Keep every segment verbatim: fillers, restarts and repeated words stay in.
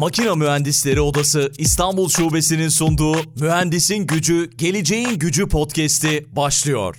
Makina Mühendisleri Odası İstanbul Şubesi'nin sunduğu Mühendisin Gücü, Geleceğin Gücü podcast'i başlıyor.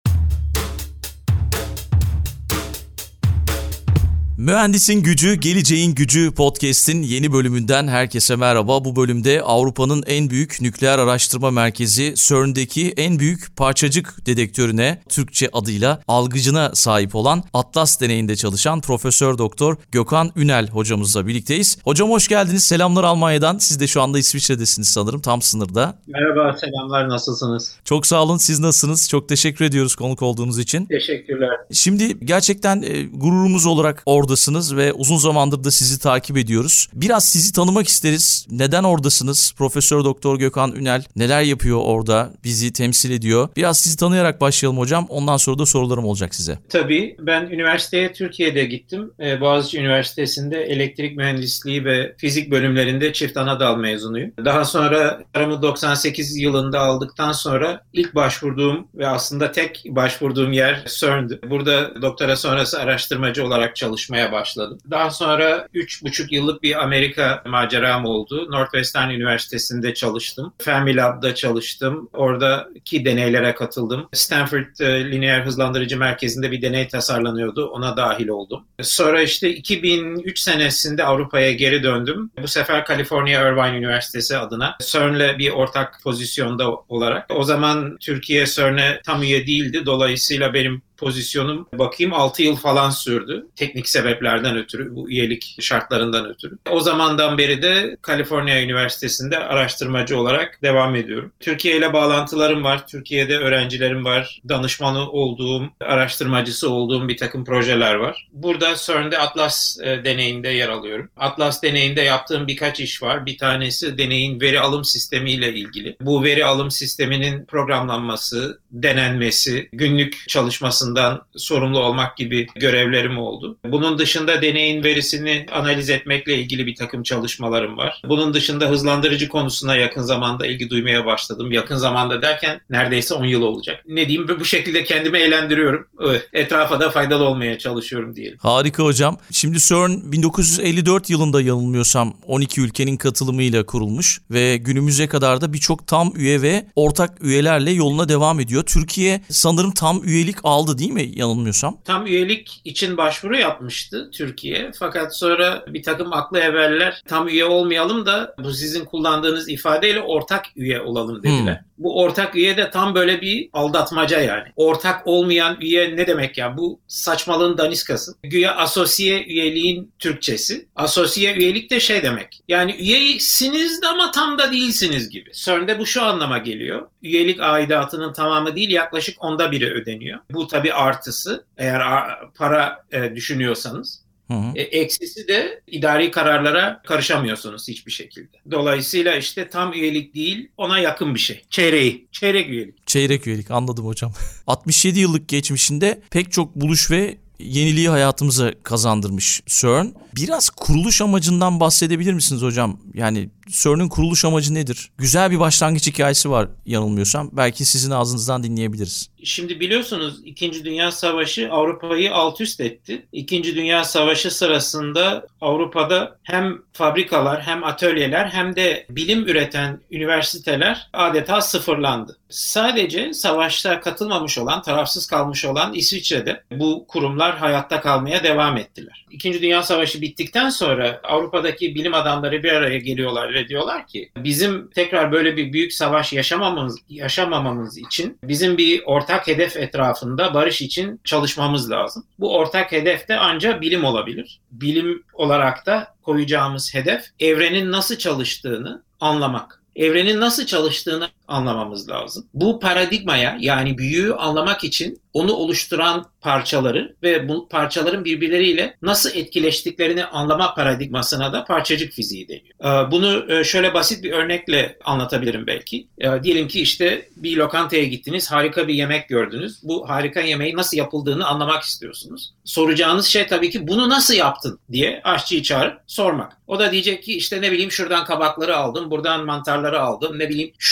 Mühendisin Gücü, Geleceğin Gücü podcast'in yeni bölümünden herkese merhaba. Bu bölümde Avrupa'nın en büyük nükleer araştırma merkezi CERN'deki en büyük parçacık dedektörüne, Türkçe adıyla algıcına sahip olan Atlas deneyinde çalışan Profesör Doktor Gökhan Ünel hocamızla birlikteyiz. Hocam hoş geldiniz. Selamlar Almanya'dan. Siz de şu anda İsviçre'desiniz sanırım, tam sınırda. Merhaba, selamlar. Nasılsınız? Çok sağ olun. Siz nasılsınız? Çok teşekkür ediyoruz konuk olduğunuz için. Teşekkürler. Şimdi gerçekten e, gururumuz olarak orada ve uzun zamandır da sizi takip ediyoruz. Biraz sizi tanımak isteriz. Neden oradasınız? Profesör Doktor Gökhan Ünel neler yapıyor orada? Bizi temsil ediyor. Biraz sizi tanıyarak başlayalım hocam. Ondan sonra da sorularım olacak size. Tabii. Ben üniversiteye Türkiye'de gittim. Boğaziçi Üniversitesi'nde elektrik mühendisliği ve fizik bölümlerinde çift anadal mezunuyum. Daha sonra paramı doksan sekiz yılında aldıktan sonra ilk başvurduğum ve aslında tek başvurduğum yer CERN'dü. Burada doktora sonrası araştırmacı olarak çalışmaya başladım. Daha sonra üç buçuk yıllık bir Amerika maceram oldu. Northwestern Üniversitesi'nde çalıştım. Fermilab'da çalıştım. Oradaki deneylere katıldım. Stanford e, Lineer Hızlandırıcı Merkezi'nde bir deney tasarlanıyordu. Ona dahil oldum. Sonra işte iki bin üç senesinde Avrupa'ya geri döndüm. Bu sefer California Irvine Üniversitesi adına CERN'le bir ortak pozisyonda olarak. O zaman Türkiye CERN'e tam üye değildi. Dolayısıyla benim pozisyonum bakayım altı yıl falan sürdü. Teknik sebeplerden ötürü, bu üyelik şartlarından ötürü. O zamandan beri de California Üniversitesi'nde araştırmacı olarak devam ediyorum. Türkiye ile bağlantılarım var. Türkiye'de öğrencilerim var. Danışmanı olduğum, araştırmacısı olduğum bir takım projeler var. Burada CERN'de Atlas e, deneyinde yer alıyorum. Atlas deneyinde yaptığım birkaç iş var. Bir tanesi deneyin veri alım sistemiyle ilgili. Bu veri alım sisteminin programlanması, denenmesi, günlük çalışması sorumlu olmak gibi görevlerim oldu. Bunun dışında deneyin verisini analiz etmekle ilgili bir takım çalışmalarım var. Bunun dışında hızlandırıcı konusuna yakın zamanda ilgi duymaya başladım. Yakın zamanda derken neredeyse on yıl olacak. Ne diyeyim, bu şekilde kendimi eğlendiriyorum. Etrafa da faydalı olmaya çalışıyorum diyelim. Harika hocam. Şimdi CERN bin dokuz yüz elli dört yılında yanılmıyorsam on iki ülkenin katılımıyla kurulmuş ve günümüze kadar da birçok tam üye ve ortak üyelerle yoluna devam ediyor. Türkiye sanırım tam üyelik aldı değil mi yanılmıyorsam? Tam üyelik için başvuru yapmıştı Türkiye. Fakat sonra bir takım aklı eveller tam üye olmayalım da bu sizin kullandığınız ifadeyle ortak üye olalım dediler. Hmm. Bu ortak üye de tam böyle bir aldatmaca yani. Ortak olmayan üye ne demek ya? Bu saçmalığın daniskası. Güya asosiye üyeliğin Türkçesi. Asosiye üyelik de şey demek. Yani üyesiniz de ama tam da değilsiniz gibi. CERN'de bu şu anlama geliyor. Üyelik aidatının tamamı değil, yaklaşık onda biri ödeniyor. Bu tabii artısı eğer para e, düşünüyorsanız. Hı hı. E, eksisi de idari kararlara karışamıyorsunuz hiçbir şekilde. Dolayısıyla işte tam üyelik değil, ona yakın bir şey. Çeyreği, çeyrek üyelik. Çeyrek üyelik, anladım hocam. altmış yedi yıllık geçmişinde pek çok buluş ve yeniliği hayatımıza kazandırmış CERN. Biraz kuruluş amacından bahsedebilir misiniz hocam? Yani CERN'ün kuruluş amacı nedir? Güzel bir başlangıç hikayesi var yanılmıyorsam. Belki sizin ağzınızdan dinleyebiliriz. Şimdi biliyorsunuz İkinci Dünya Savaşı Avrupa'yı alt üst etti. İkinci Dünya Savaşı sırasında Avrupa'da hem fabrikalar hem atölyeler hem de bilim üreten üniversiteler adeta sıfırlandı. Sadece savaşta katılmamış olan, tarafsız kalmış olan İsviçre'de bu kurumlar hayatta kalmaya devam ettiler. İkinci Dünya Savaşı bittikten sonra Avrupa'daki bilim adamları bir araya geliyorlar ve diyorlar ki bizim tekrar böyle bir büyük savaş yaşamamamız, yaşamamamız için bizim bir ortak hedef etrafında barış için çalışmamız lazım. Bu ortak hedef de ancak bilim olabilir. Bilim olarak da koyacağımız hedef evrenin nasıl çalıştığını anlamak. Evrenin nasıl çalıştığını anlamamız lazım. Bu paradigmaya, yani büyüğü anlamak için onu oluşturan parçaları ve bu parçaların birbirleriyle nasıl etkileştiklerini anlama paradigmasına da parçacık fiziği deniyor. Bunu şöyle basit bir örnekle anlatabilirim belki. Diyelim ki işte bir lokantaya gittiniz, harika bir yemek gördünüz. Bu harika yemeği nasıl yapıldığını anlamak istiyorsunuz. Soracağınız şey tabii ki bunu nasıl yaptın diye aşçıyı çağırıp sormak. O da diyecek ki işte ne bileyim şuradan kabakları aldım, buradan mantarları aldım, ne bileyim şu baharatı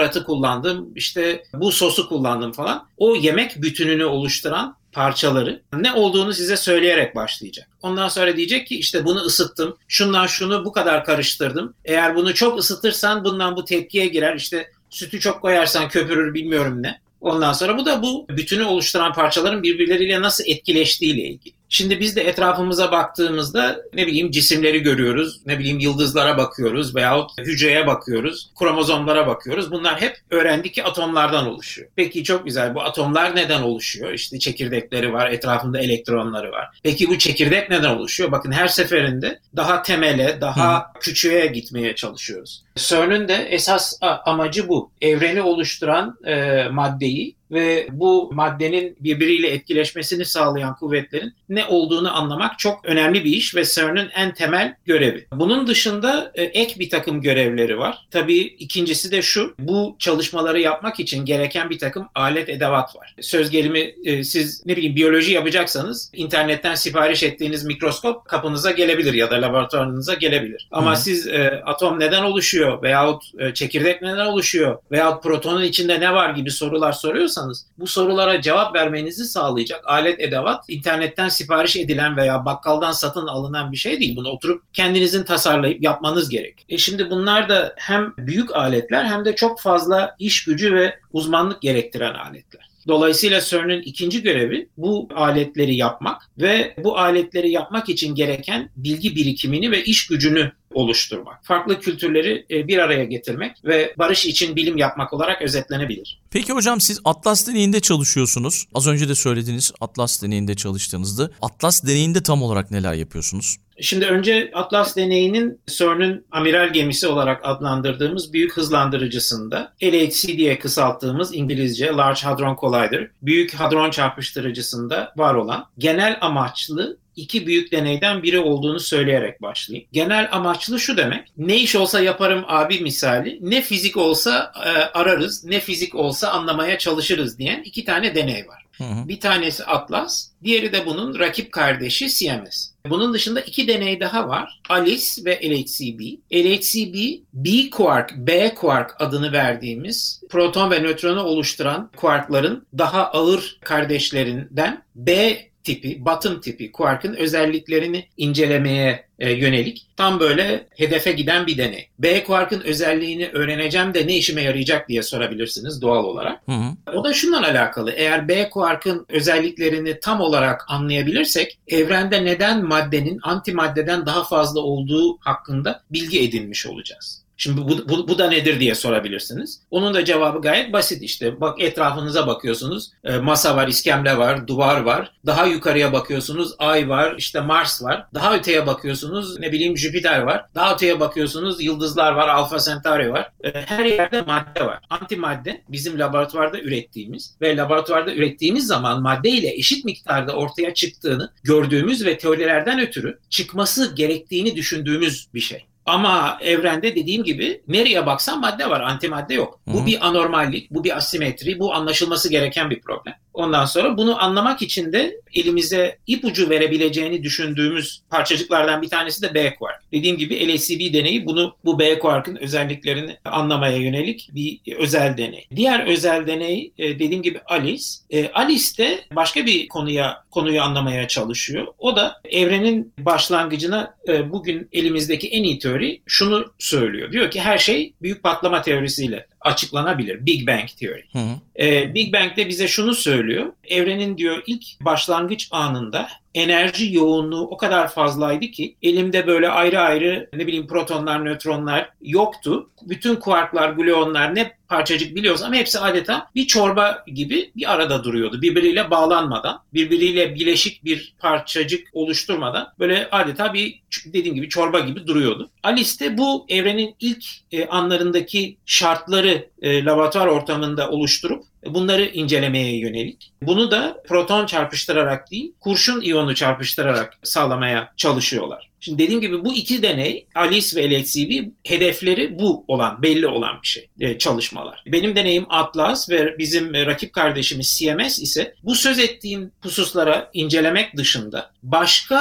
baharatı kullandım, işte bu sosu kullandım falan. O yemek bütününü oluşturan parçaları ne olduğunu size söyleyerek başlayacak. Ondan sonra diyecek ki işte bunu ısıttım, şundan şunu bu kadar karıştırdım. Eğer bunu çok ısıtırsan bundan bu tepkiye girer. İşte sütü çok koyarsan köpürür bilmiyorum ne. Ondan sonra bu da bu bütünü oluşturan parçaların birbirleriyle nasıl etkileştiğiyle ilgili. Şimdi biz de etrafımıza baktığımızda ne bileyim cisimleri görüyoruz, ne bileyim yıldızlara bakıyoruz veyahut hücreye bakıyoruz, kromozomlara bakıyoruz. Bunlar hep öğrendik ki atomlardan oluşuyor. Peki çok güzel, bu atomlar neden oluşuyor? İşte çekirdekleri var, etrafında elektronları var. Peki bu çekirdek neden oluşuyor? Bakın her seferinde daha temele, daha Hı. küçüğe gitmeye çalışıyoruz. CERN'ün de esas amacı bu. Evreni oluşturan e, maddeyi ve bu maddenin birbiriyle etkileşmesini sağlayan kuvvetlerin ne olduğunu anlamak çok önemli bir iş ve CERN'ün en temel görevi. Bunun dışında e, ek bir takım görevleri var. Tabii ikincisi de şu, bu çalışmaları yapmak için gereken bir takım alet edevat var. Söz gelimi e, siz ne bileyim biyoloji yapacaksanız internetten sipariş ettiğiniz mikroskop kapınıza gelebilir ya da laboratuvarınıza gelebilir. Ama Hı. siz e, atom neden oluşuyor veyahut e, çekirdek neden oluşuyor veyahut protonun içinde ne var gibi sorular soruyorsanız bu sorulara cevap vermenizi sağlayacak alet edevat internetten sipariş edilen veya bakkaldan satın alınan bir şey değil. Bunu oturup kendinizin tasarlayıp yapmanız gerek. E şimdi bunlar da hem büyük aletler hem de çok fazla iş gücü ve uzmanlık gerektiren aletler. Dolayısıyla CERN'ün ikinci görevi bu aletleri yapmak ve bu aletleri yapmak için gereken bilgi birikimini ve iş gücünü oluşturmak. Farklı kültürleri bir araya getirmek ve barış için bilim yapmak olarak özetlenebilir. Peki hocam siz Atlas deneyinde çalışıyorsunuz. Az önce de söylediğiniz Atlas deneyinde çalıştığınızda. Atlas deneyinde tam olarak neler yapıyorsunuz? Şimdi önce Atlas deneyinin CERN'ün amiral gemisi olarak adlandırdığımız büyük hızlandırıcısında L H C diye kısalttığımız İngilizce Large Hadron Collider, büyük hadron çarpıştırıcısında var olan genel amaçlı iki büyük deneyden biri olduğunu söyleyerek başlayayım. Genel amaçlı şu demek, ne iş olsa yaparım abi misali, ne fizik olsa e, ararız, ne fizik olsa anlamaya çalışırız diyen iki tane deney var. Hı hı. Bir tanesi Atlas, diğeri de bunun rakip kardeşi C M S. Bunun dışında iki deney daha var. ALICE ve L H C B. L H C B, B quark, B quark adını verdiğimiz proton ve nötronu oluşturan kuarkların daha ağır kardeşlerinden B tipi, bottom tipi kuarkın özelliklerini incelemeye e, yönelik tam böyle hedefe giden bir deney. B kuarkın özelliğini öğreneceğim de ne işime yarayacak diye sorabilirsiniz doğal olarak. Hı hı. O da şundan alakalı. Eğer B kuarkın özelliklerini tam olarak anlayabilirsek evrende neden maddenin antimaddeden daha fazla olduğu hakkında bilgi edinmiş olacağız. Şimdi bu, bu, bu da nedir diye sorabilirsiniz. Onun da cevabı gayet basit işte. Bak etrafınıza bakıyorsunuz. E, masa var, iskemle var, duvar var. Daha yukarıya bakıyorsunuz. Ay var, işte Mars var. Daha öteye bakıyorsunuz. Ne bileyim Jüpiter var. Daha öteye bakıyorsunuz. Yıldızlar var, Alfa Centauri var. E, her yerde madde var. Antimadde bizim laboratuvarda ürettiğimiz ve laboratuvarda ürettiğimiz zaman madde ile eşit miktarda ortaya çıktığını gördüğümüz ve teorilerden ötürü çıkması gerektiğini düşündüğümüz bir şey. Ama evrende dediğim gibi nereye baksan madde var, antimadde yok. Hı-hı. Bu bir anormallik, bu bir asimetri, bu anlaşılması gereken bir problem. Ondan sonra bunu anlamak için de elimize ipucu verebileceğini düşündüğümüz parçacıklardan bir tanesi de B kuark. Dediğim gibi L H C B deneyi bunu bu B kuarkın özelliklerini anlamaya yönelik bir özel deney. Diğer özel deney dediğim gibi ALICE. ALICE de başka bir konuya konuyu anlamaya çalışıyor. O da evrenin başlangıcına bugün elimizdeki en iyi teori şunu söylüyor. Diyor ki her şey büyük patlama teorisiyle açıklanabilir. Big Bang Theory. Hı hı. Ee, Big Bang de bize şunu söylüyor. Evrenin diyor ilk başlangıç anında enerji yoğunluğu o kadar fazlaydı ki elimde böyle ayrı ayrı ne bileyim protonlar, nötronlar yoktu. Bütün kuarklar, gluonlar ne parçacık biliyorsam hepsi adeta bir çorba gibi bir arada duruyordu. Birbiriyle bağlanmadan, birbiriyle bileşik bir parçacık oluşturmadan böyle adeta bir dediğim gibi çorba gibi duruyordu. ALICE de bu evrenin ilk e, anlarındaki şartları e, laboratuvar ortamında oluşturup bunları incelemeye yönelik. Bunu da proton çarpıştırarak değil, kurşun iyonu çarpıştırarak sağlamaya çalışıyorlar. Şimdi dediğim gibi bu iki deney, ALICE ve L H C B hedefleri bu olan, belli olan bir şey, e, çalışmalar. Benim deneyim Atlas ve bizim e, rakip kardeşimiz C M S ise bu söz ettiğim hususlara incelemek dışında başka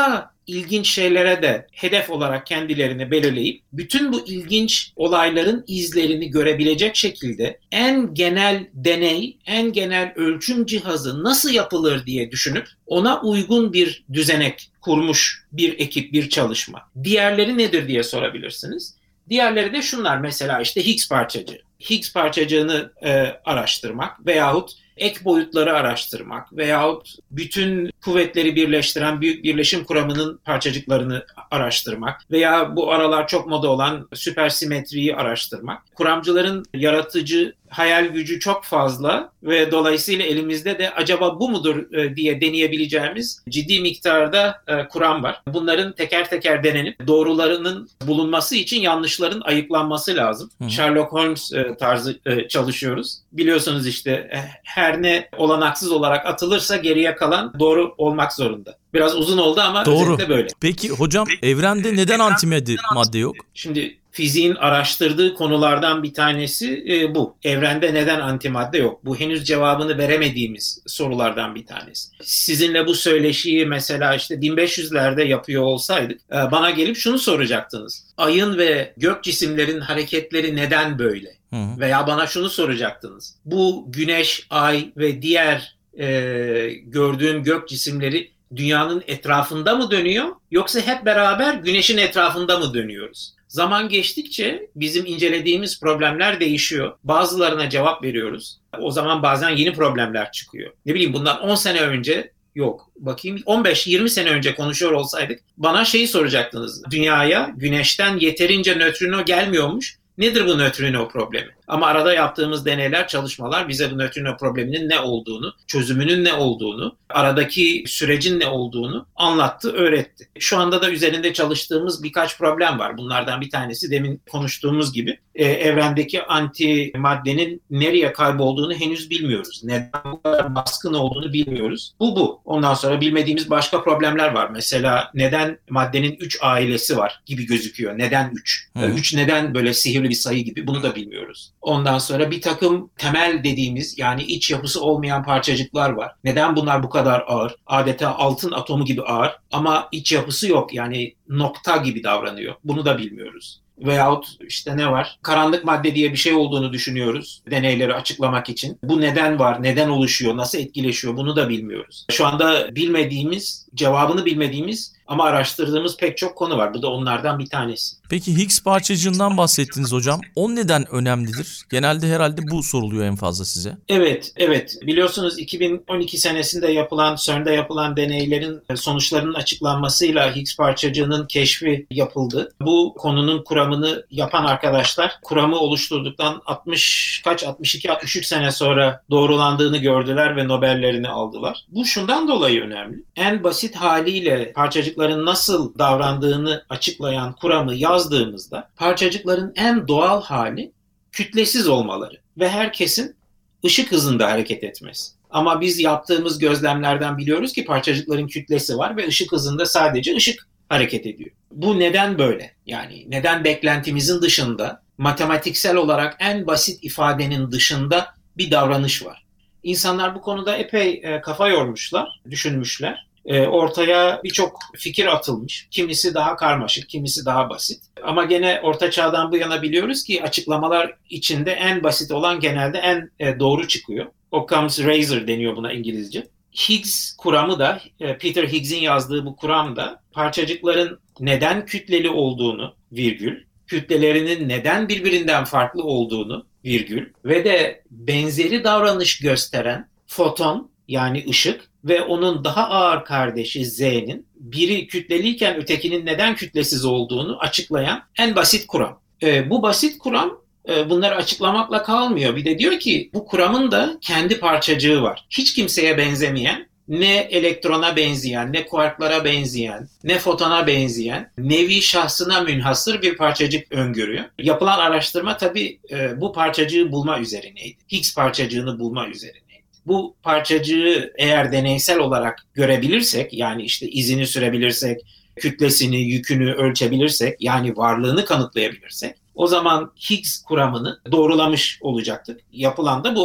ilginç şeylere de hedef olarak kendilerini belirleyip bütün bu ilginç olayların izlerini görebilecek şekilde en genel deney, en genel ölçüm cihazı nasıl yapılır diye düşünüp ona uygun bir düzenek kurmuş bir ekip, bir çalışma. Diğerleri nedir diye sorabilirsiniz. Diğerleri de şunlar, mesela işte Higgs parçacığı. Higgs parçacığını e, araştırmak veyahut ek boyutları araştırmak veyahut bütün kuvvetleri birleştiren büyük birleşim kuramının parçacıklarını araştırmak veya bu aralar çok moda olan süpersimetriyi araştırmak. Kuramcıların yaratıcı hayal gücü çok fazla ve dolayısıyla elimizde de acaba bu mudur diye deneyebileceğimiz ciddi miktarda kuram var. Bunların teker teker denenip doğrularının bulunması için yanlışların ayıklanması lazım. Hı. Sherlock Holmes tarzı çalışıyoruz. Biliyorsunuz işte her ne olanaksız olarak atılırsa geriye kalan doğru olmak zorunda. Biraz uzun oldu ama doğru. Özetle böyle. Peki hocam, evrende neden antimadde madde yok? Şimdi fiziğin araştırdığı konulardan bir tanesi e, bu. Evrende neden antimadde yok? Bu henüz cevabını veremediğimiz sorulardan bir tanesi. Sizinle bu söyleşiyi mesela işte bin beş yüzlerde yapıyor olsaydık e, bana gelip şunu soracaktınız. Ayın ve gök cisimlerin hareketleri neden böyle? Hı hı. Veya bana şunu soracaktınız. Bu güneş, ay ve diğer e, gördüğüm gök cisimleri dünyanın etrafında mı dönüyor, yoksa hep beraber güneşin etrafında mı dönüyoruz? Zaman geçtikçe bizim incelediğimiz problemler değişiyor. Bazılarına cevap veriyoruz. O zaman bazen yeni problemler çıkıyor. Ne bileyim, bundan on sene önce, yok bakayım on beş yirmi sene önce konuşuyor olsaydık bana şeyi soracaktınız. Dünyaya güneşten yeterince nötrino gelmiyormuş. Nedir bu nötrino problemi? Ama arada yaptığımız deneyler, çalışmalar bize bu nötrino probleminin ne olduğunu, çözümünün ne olduğunu, aradaki sürecin ne olduğunu anlattı, öğretti. Şu anda da üzerinde çalıştığımız birkaç problem var. Bunlardan bir tanesi demin konuştuğumuz gibi e, evrendeki antimaddenin nereye kaybolduğunu henüz bilmiyoruz. Neden bu kadar baskın olduğunu bilmiyoruz. Bu bu. Ondan sonra bilmediğimiz başka problemler var. Mesela neden maddenin üç ailesi var gibi gözüküyor. Neden üç? üç neden böyle sihirli bir sayı gibi? Bunu da bilmiyoruz. Ondan sonra bir takım temel dediğimiz, yani iç yapısı olmayan parçacıklar var. Neden bunlar bu kadar ağır? Adeta altın atomu gibi ağır ama iç yapısı yok. Yani nokta gibi davranıyor. Bunu da bilmiyoruz. Veyahut işte ne var? Karanlık madde diye bir şey olduğunu düşünüyoruz deneyleri açıklamak için. Bu neden var? Neden oluşuyor? Nasıl etkileşiyor? Bunu da bilmiyoruz. Şu anda bilmediğimiz, cevabını bilmediğimiz ama araştırdığımız pek çok konu var. Bu da onlardan bir tanesi. Peki Higgs parçacığından bahsettiniz hocam. O neden önemlidir? Genelde herhalde bu soruluyor en fazla size. Evet, evet. Biliyorsunuz iki bin on iki senesinde yapılan, CERN'de yapılan deneylerin sonuçlarının açıklanmasıyla Higgs parçacığının keşfi yapıldı. Bu konunun kuramını yapan arkadaşlar kuramı oluşturduktan altmış kaç altmış iki altmış üç sene sonra doğrulandığını gördüler ve Nobel'lerini aldılar. Bu şundan dolayı önemli. En basit haliyle parçacıkların nasıl davrandığını açıklayan kuramı yazdığımızda parçacıkların en doğal hali kütlesiz olmaları ve herkesin ışık hızında hareket etmesi. Ama biz yaptığımız gözlemlerden biliyoruz ki parçacıkların kütlesi var ve ışık hızında sadece ışık hareket ediyor. Bu neden böyle? Yani neden beklentimizin dışında, matematiksel olarak en basit ifadenin dışında bir davranış var? İnsanlar bu konuda epey e, kafa yormuşlar, düşünmüşler. E, ortaya birçok fikir atılmış. Kimisi daha karmaşık, kimisi daha basit. Ama gene Orta Çağ'dan bu yana biliyoruz ki açıklamalar içinde en basit olan genelde en e, doğru çıkıyor. Occam's razor deniyor buna İngilizce. Higgs kuramı da, e, Peter Higgs'in yazdığı bu kuram da parçacıkların neden kütleli olduğunu, virgül, kütlelerinin neden birbirinden farklı olduğunu, virgül, ve de benzeri davranış gösteren foton, yani ışık ve onun daha ağır kardeşi Z'nin biri kütleliyken ötekinin neden kütlesiz olduğunu açıklayan en basit kuram. E, bu basit kuram e, bunları açıklamakla kalmıyor. Bir de diyor ki bu kuramın da kendi parçacığı var. Hiç kimseye benzemeyen, ne elektrona benzeyen, ne kuarklara benzeyen, ne fotona benzeyen, nevi şahsına münhasır bir parçacık öngörüyor. Yapılan araştırma tabii e, bu parçacığı bulma üzerineydi. Higgs parçacığını bulma üzerineydi. Bu parçacığı eğer deneysel olarak görebilirsek, yani işte izini sürebilirsek, kütlesini, yükünü ölçebilirsek, yani varlığını kanıtlayabilirsek, o zaman Higgs kuramını doğrulamış olacaktık. Yapılan da bu oldu.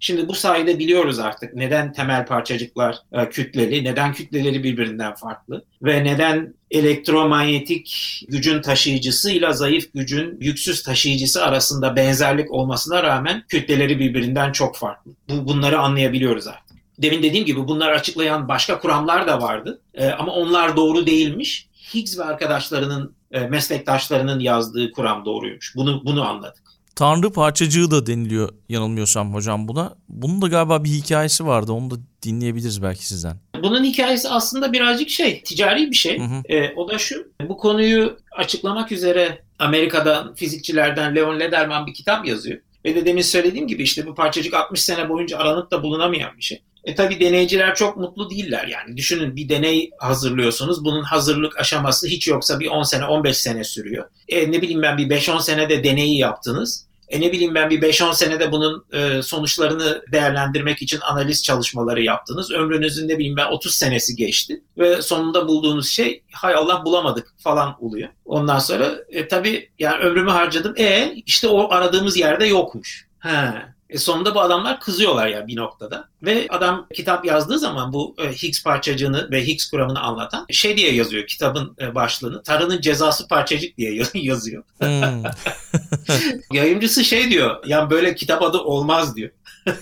Şimdi bu sayede biliyoruz artık neden temel parçacıklar e, kütleli, neden kütleleri birbirinden farklı ve neden elektromanyetik gücün taşıyıcısıyla zayıf gücün yüksüz taşıyıcısı arasında benzerlik olmasına rağmen kütleleri birbirinden çok farklı. Bu, bunları anlayabiliyoruz artık. Demin dediğim gibi bunları açıklayan başka kuramlar da vardı e, ama onlar doğru değilmiş. Higgs ve arkadaşlarının, e, meslektaşlarının yazdığı kuram doğruymuş. Bunu bunu anladık. Tanrı parçacığı da deniliyor yanılmıyorsam hocam buna. Bunun da galiba bir hikayesi vardı. Onu da dinleyebiliriz belki sizden. Bunun hikayesi aslında birazcık şey, ticari bir şey. Hı hı. E, o da şu, bu konuyu açıklamak üzere Amerika'dan fizikçilerden Leon Lederman bir kitap yazıyor. Ve de demin söylediğim gibi işte bu parçacık altmış sene boyunca aranıp da bulunamayan bir şey. E tabii deneyciler çok mutlu değiller yani. Düşünün bir deney hazırlıyorsunuz. Bunun hazırlık aşaması hiç yoksa bir on sene on beş sene sürüyor. E ne bileyim ben bir beş on senede deneyi yaptınız. E ne bileyim ben bir beş on senede bunun e, sonuçlarını değerlendirmek için analiz çalışmaları yaptınız. Ömrünüzün ne bileyim ben otuz senesi geçti. Ve sonunda bulduğunuz şey hay Allah bulamadık falan oluyor. Ondan sonra e, tabii yani ömrümü harcadım. E işte o aradığımız yerde yokmuş. Ha. E sonunda bu adamlar kızıyorlar ya bir noktada. Ve adam kitap yazdığı zaman bu e, Higgs parçacığını ve Higgs kuramını anlatan şey diye yazıyor kitabın e, başlığını. Tanrı'nın cezası parçacık diye yazıyor. Hmm. Yayıncısı şey diyor. Yani böyle kitap adı olmaz diyor.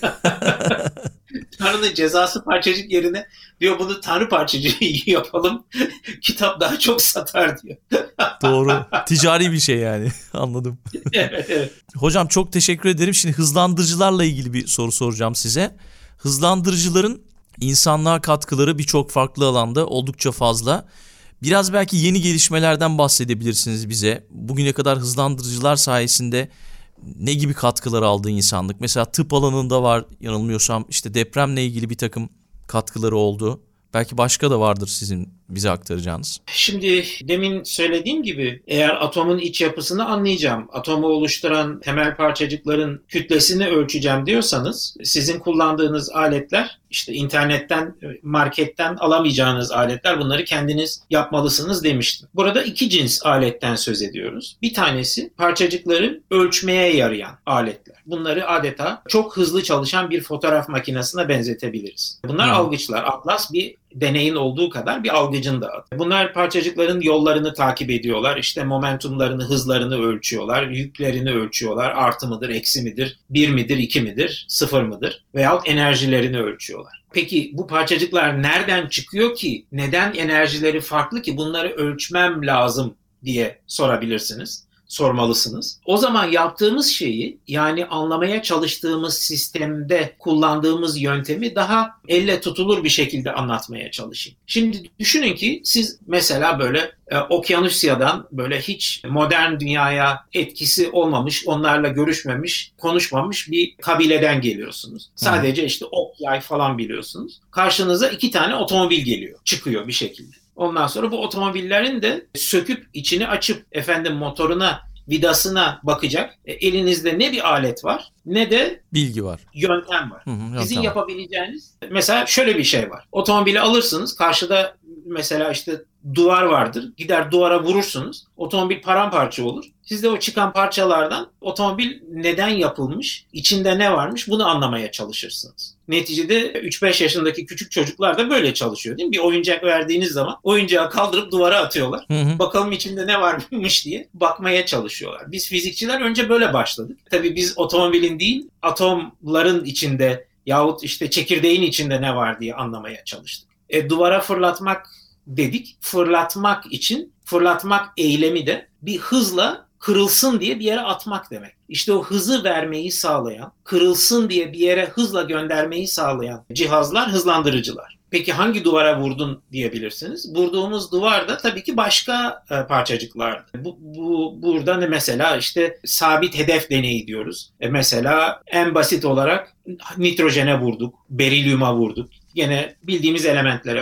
Tanrı'nın cezası parçacık yerine diyor bunu Tanrı parçacığı yapalım. Kitap daha çok satar diyor. Doğru. Ticari bir şey yani. Anladım. Evet, evet. Hocam çok teşekkür ederim. Şimdi hızlandırıcılarla ilgili bir soru soracağım size. Hızlandırıcıların insanlığa katkıları birçok farklı alanda oldukça fazla. Biraz belki yeni gelişmelerden bahsedebilirsiniz bize. Bugüne kadar hızlandırıcılar sayesinde ne gibi katkılar aldı insanlık? Mesela tıp alanında var yanılmıyorsam, işte depremle ilgili bir takım katkıları oldu. Belki başka da vardır sizin bize aktaracağınız. Şimdi demin söylediğim gibi eğer atomun iç yapısını anlayacağım, atomu oluşturan temel parçacıkların kütlesini ölçeceğim diyorsanız sizin kullandığınız aletler işte internetten, marketten alamayacağınız aletler, bunları kendiniz yapmalısınız demiştim. Burada iki cins aletten söz ediyoruz. Bir tanesi parçacıkları ölçmeye yarayan aletler. Bunları adeta çok hızlı çalışan bir fotoğraf makinesine benzetebiliriz. Bunlar hmm. algıçlar. Atlas bir deneyin olduğu kadar bir algıcın da adı. Bunlar parçacıkların yollarını takip ediyorlar. İşte momentumlarını, hızlarını ölçüyorlar. Yüklerini ölçüyorlar. Artı mıdır, eksi midir, bir midir, iki midir, sıfır mıdır? Veyahut enerjilerini ölçüyorlar. Peki bu parçacıklar nereden çıkıyor ki? Neden enerjileri farklı ki? Bunları ölçmem lazım diye sorabilirsiniz. Sormalısınız. O zaman yaptığımız şeyi, yani anlamaya çalıştığımız sistemde kullandığımız yöntemi daha elle tutulur bir şekilde anlatmaya çalışayım. Şimdi düşünün ki siz mesela böyle e, Okyanusya'dan böyle hiç modern dünyaya etkisi olmamış, onlarla görüşmemiş, konuşmamış bir kabileden geliyorsunuz. Sadece işte ok, yay falan biliyorsunuz. Karşınıza iki tane otomobil geliyor, çıkıyor bir şekilde. Ondan sonra bu otomobillerin de söküp içini açıp efendim motoruna, vidasına bakacak. E, elinizde ne bir alet var ne de bilgi var. Yöntem var. Hı hı, Sizin yöntem. yapabileceğiniz mesela şöyle bir şey var. Otomobili alırsınız. Karşıda mesela işte duvar vardır. Gider duvara vurursunuz. Otomobil paramparça olur. Siz de o çıkan parçalardan otomobil neden yapılmış, içinde ne varmış bunu anlamaya çalışırsınız. Neticede üç beş yaşındaki küçük çocuklar da böyle çalışıyor değil mi? Bir oyuncak verdiğiniz zaman oyuncağı kaldırıp duvara atıyorlar. Hı hı. Bakalım içinde ne varmış diye bakmaya çalışıyorlar. Biz fizikçiler önce böyle başladık. Tabii biz otomobilin değil, atomların içinde yahut işte çekirdeğin içinde ne var diye anlamaya çalıştık. E, duvara fırlatmak dedik. Fırlatmak için, fırlatmak eylemi de bir hızla kırılsın diye bir yere atmak demek. İşte o hızı vermeyi sağlayan, kırılsın diye bir yere hızla göndermeyi sağlayan cihazlar hızlandırıcılar. Peki hangi duvara vurdun diyebilirsiniz. Vurduğumuz duvar da tabii ki başka e, parçacıklar. Bu, bu burada ne mesela işte sabit hedef deneyi diyoruz. E, mesela en basit olarak nitrojene vurduk, berilyuma vurduk. Yine bildiğimiz elementlere vurduk.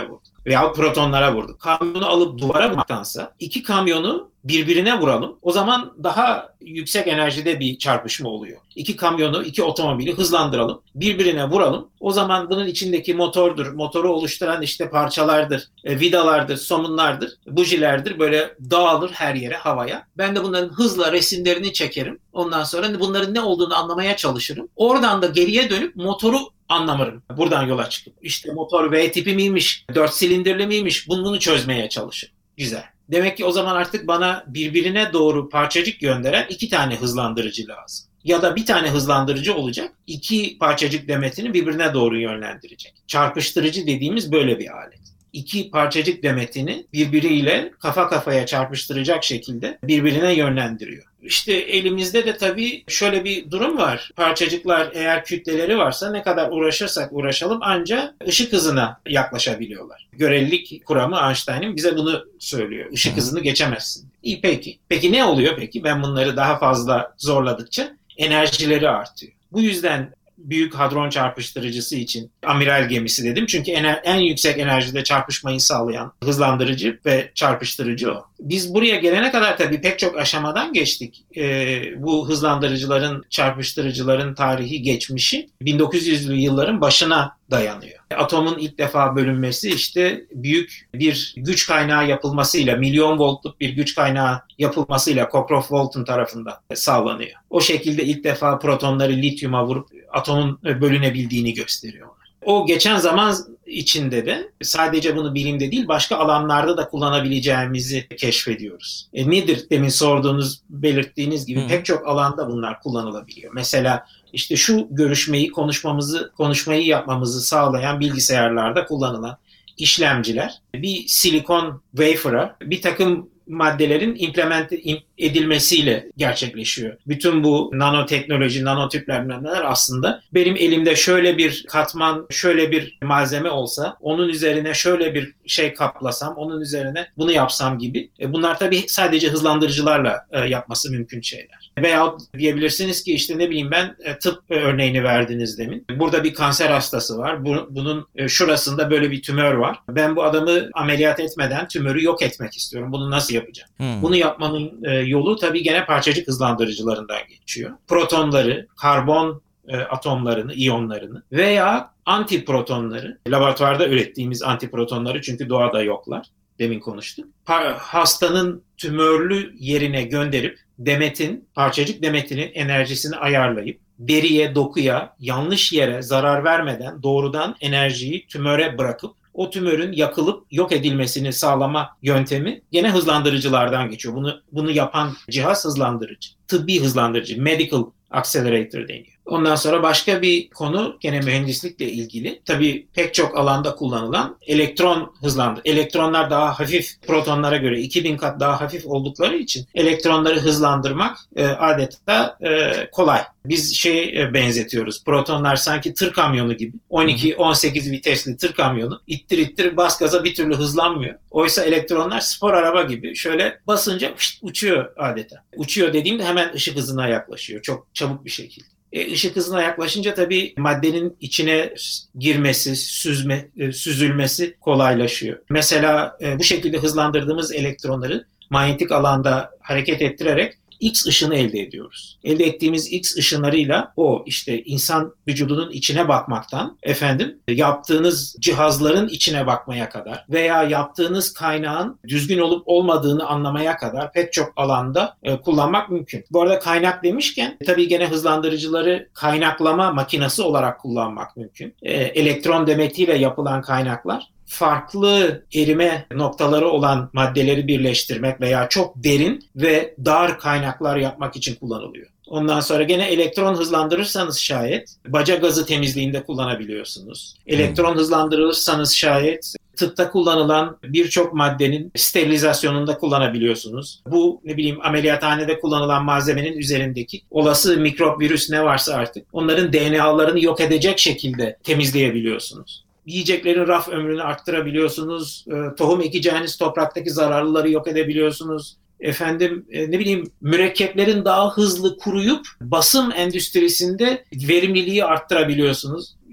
veya protonlara vurduk. Kamyonu alıp duvara vurmaktansa iki kamyonu birbirine vuralım. O zaman daha yüksek enerjide bir çarpışma oluyor. İki kamyonu, iki otomobili hızlandıralım. Birbirine vuralım. O zaman bunun içindeki motordur, motoru oluşturan işte parçalardır, e, vidalardır, somunlardır, bujilerdir. Böyle dağılır her yere, havaya. Ben de bunların hızla resimlerini çekerim. Ondan sonra bunların ne olduğunu anlamaya çalışırım. Oradan da geriye dönüp motoru anlamarım. Buradan yola çıkıp işte motor V tipi miymiş, dört silindirli miymiş, bunu çözmeye çalışırım. Güzel. Demek ki o zaman artık bana birbirine doğru parçacık gönderen iki tane hızlandırıcı lazım. Ya da bir tane hızlandırıcı olacak, iki parçacık demetini birbirine doğru yönlendirecek. Çarpıştırıcı dediğimiz böyle bir alet. İki parçacık demetini birbiriyle kafa kafaya çarpıştıracak şekilde birbirine yönlendiriyor. İşte elimizde de tabii şöyle bir durum var. Parçacıklar eğer kütleleri varsa ne kadar uğraşırsak uğraşalım ancak ışık hızına yaklaşabiliyorlar. Görelilik kuramı Einstein'ın bize bunu söylüyor. Işık hızını geçemezsin. İyi peki. Peki ne oluyor peki? Ben bunları daha fazla zorladıkça enerjileri artıyor. Bu yüzden Büyük Hadron Çarpıştırıcısı için amiral gemisi dedim. Çünkü en, en yüksek enerjide çarpışmayı sağlayan hızlandırıcı ve çarpıştırıcı o. Biz buraya gelene kadar tabii pek çok aşamadan geçtik. Ee, bu hızlandırıcıların, çarpıştırıcıların tarihi geçmişi bin dokuz yüzlü yılların başına dayanıyor. Atomun ilk defa bölünmesi işte büyük bir güç kaynağı yapılmasıyla, milyon voltluk bir güç kaynağı yapılmasıyla Cockcroft-Walton tarafından sağlanıyor. O şekilde ilk defa protonları lityuma vurup atomun bölünebildiğini gösteriyorlar. O geçen zaman içinde de sadece bunu bilimde değil başka alanlarda da kullanabileceğimizi keşfediyoruz. E nedir demin sorduğunuz, belirttiğiniz gibi hmm. pek çok alanda bunlar kullanılabiliyor. Mesela işte şu görüşmeyi, konuşmamızı, konuşmayı yapmamızı sağlayan bilgisayarlarda kullanılan işlemciler bir silikon wafer'a bir takım maddelerin implement edilmesiyle gerçekleşiyor. Bütün bu nanoteknoloji, nanotüpler neler aslında benim elimde şöyle bir katman, şöyle bir malzeme olsa, onun üzerine şöyle bir şey kaplasam, onun üzerine bunu yapsam gibi. Bunlar tabii sadece hızlandırıcılarla yapması mümkün şeyler. Veyahut diyebilirsiniz ki işte ne bileyim ben tıp örneğini verdiniz demin. Burada bir kanser hastası var. Bunun şurasında böyle bir tümör var. Ben bu adamı ameliyat etmeden tümörü yok etmek istiyorum. Bunu nasıl yapacağım? Hmm. Bunu yapmanın yolu tabii gene parçacık hızlandırıcılarından geçiyor. Protonları, karbon atomlarını, iyonlarını veya antiprotonları, laboratuvarda ürettiğimiz antiprotonları çünkü doğada yoklar. Demin konuştuk. Hastanın tümörlü yerine gönderip demetin, parçacık demetinin enerjisini ayarlayıp deriye, dokuya, yanlış yere zarar vermeden doğrudan enerjiyi tümöre bırakıp o tümörün yakılıp yok edilmesini sağlama yöntemi gene hızlandırıcılardan geçiyor. Bunu bunu yapan cihaz hızlandırıcı, tıbbi hızlandırıcı, medical accelerator deniyor. Ondan sonra başka bir konu gene mühendislikle ilgili. Tabii pek çok alanda kullanılan elektron hızlandırıcı. Elektronlar daha hafif, protonlara göre iki bin kat daha hafif oldukları için elektronları hızlandırmak e, adeta e, kolay. Biz şey e, benzetiyoruz. Protonlar sanki tır kamyonu gibi. on iki on sekiz vitesli tır kamyonu. İttir ittir bas gaza bir türlü hızlanmıyor. Oysa elektronlar spor araba gibi. Şöyle basınca fışt, uçuyor adeta. Uçuyor dediğimde hemen ışık hızına yaklaşıyor. Çok çabuk bir şekilde. E, ışık hızına yaklaşınca tabii maddenin içine girmesi, süzme, e, süzülmesi kolaylaşıyor. Mesela e, bu şekilde hızlandırdığımız elektronları manyetik alanda hareket ettirerek X ışını elde ediyoruz. Elde ettiğimiz X ışınlarıyla o işte insan vücudunun içine bakmaktan efendim yaptığınız cihazların içine bakmaya kadar veya yaptığınız kaynağın düzgün olup olmadığını anlamaya kadar pek çok alanda e, kullanmak mümkün. Bu arada kaynak demişken tabii gene hızlandırıcıları kaynaklama makinesi olarak kullanmak mümkün. E, elektron demetiyle yapılan kaynaklar farklı erime noktaları olan maddeleri birleştirmek veya çok derin ve dar kaynaklar yapmak için kullanılıyor. Ondan sonra gene elektron hızlandırırsanız şayet baca gazı temizliğinde kullanabiliyorsunuz. Elektron hızlandırırsanız şayet tıpta kullanılan birçok maddenin sterilizasyonunda kullanabiliyorsunuz. Bu ne bileyim ameliyathanede kullanılan malzemenin üzerindeki olası mikrop, virüs ne varsa artık onların D N A'larını yok edecek şekilde temizleyebiliyorsunuz. Yiyeceklerin raf ömrünü arttırabiliyorsunuz. E, tohum ekeceğiniz topraktaki zararlıları yok edebiliyorsunuz. Efendim e, ne bileyim mürekkeplerin daha hızlı kuruyup basım endüstrisinde verimliliği arttırabiliyorsunuz.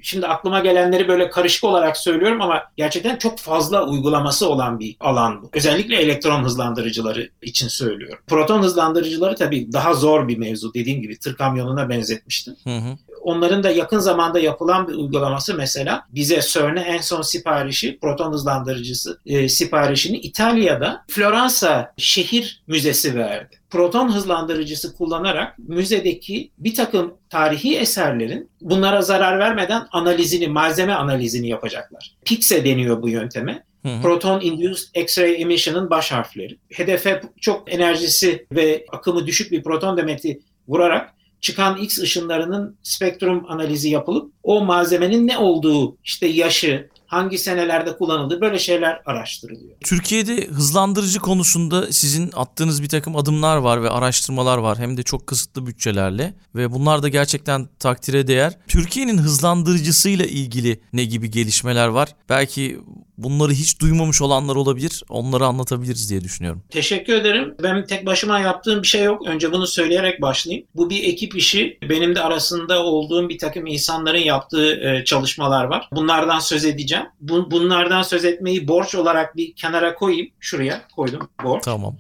şimdi aklıma gelenleri böyle karışık olarak söylüyorum ama gerçekten çok fazla uygulaması olan bir alan bu. Özellikle elektron hızlandırıcıları için söylüyorum. Proton hızlandırıcıları tabii daha zor bir mevzu. Dediğim gibi tır kamyonuna benzetmiştim. Hı hı. Onların da yakın zamanda yapılan bir uygulaması mesela bize CERN'e en son siparişi, proton hızlandırıcısı e, siparişini İtalya'da Floransa Şehir Müzesi verdi. Proton hızlandırıcısı kullanarak müzedeki bir takım tarihi eserlerin bunlara zarar vermeden analizini, malzeme analizini yapacaklar. P I X E deniyor bu yönteme. Hı hı. Proton Induced X-ray Emission'ın baş harfleri. Hedefe çok enerjisi ve akımı düşük bir proton demeti vurarak çıkan X ışınlarının spektrum analizi yapılıp o malzemenin ne olduğu, işte yaşı, hangi senelerde kullanıldığı böyle şeyler araştırılıyor. Türkiye'de hızlandırıcı konusunda sizin attığınız bir takım adımlar var ve araştırmalar var. Hem de çok kısıtlı bütçelerle ve bunlar da gerçekten takdire değer. Türkiye'nin hızlandırıcısıyla ilgili ne gibi gelişmeler var? Belki bunları hiç duymamış olanlar olabilir. Onları anlatabiliriz diye düşünüyorum. Teşekkür ederim. Ben tek başıma yaptığım bir şey yok. Önce bunu söyleyerek başlayayım. Bu bir ekip işi. Benim de arasında olduğum bir takım insanların yaptığı çalışmalar var. Bunlardan söz edeceğim. Bunlardan söz etmeyi borç olarak bir kenara koyayım. Şuraya koydum borç. Tamam.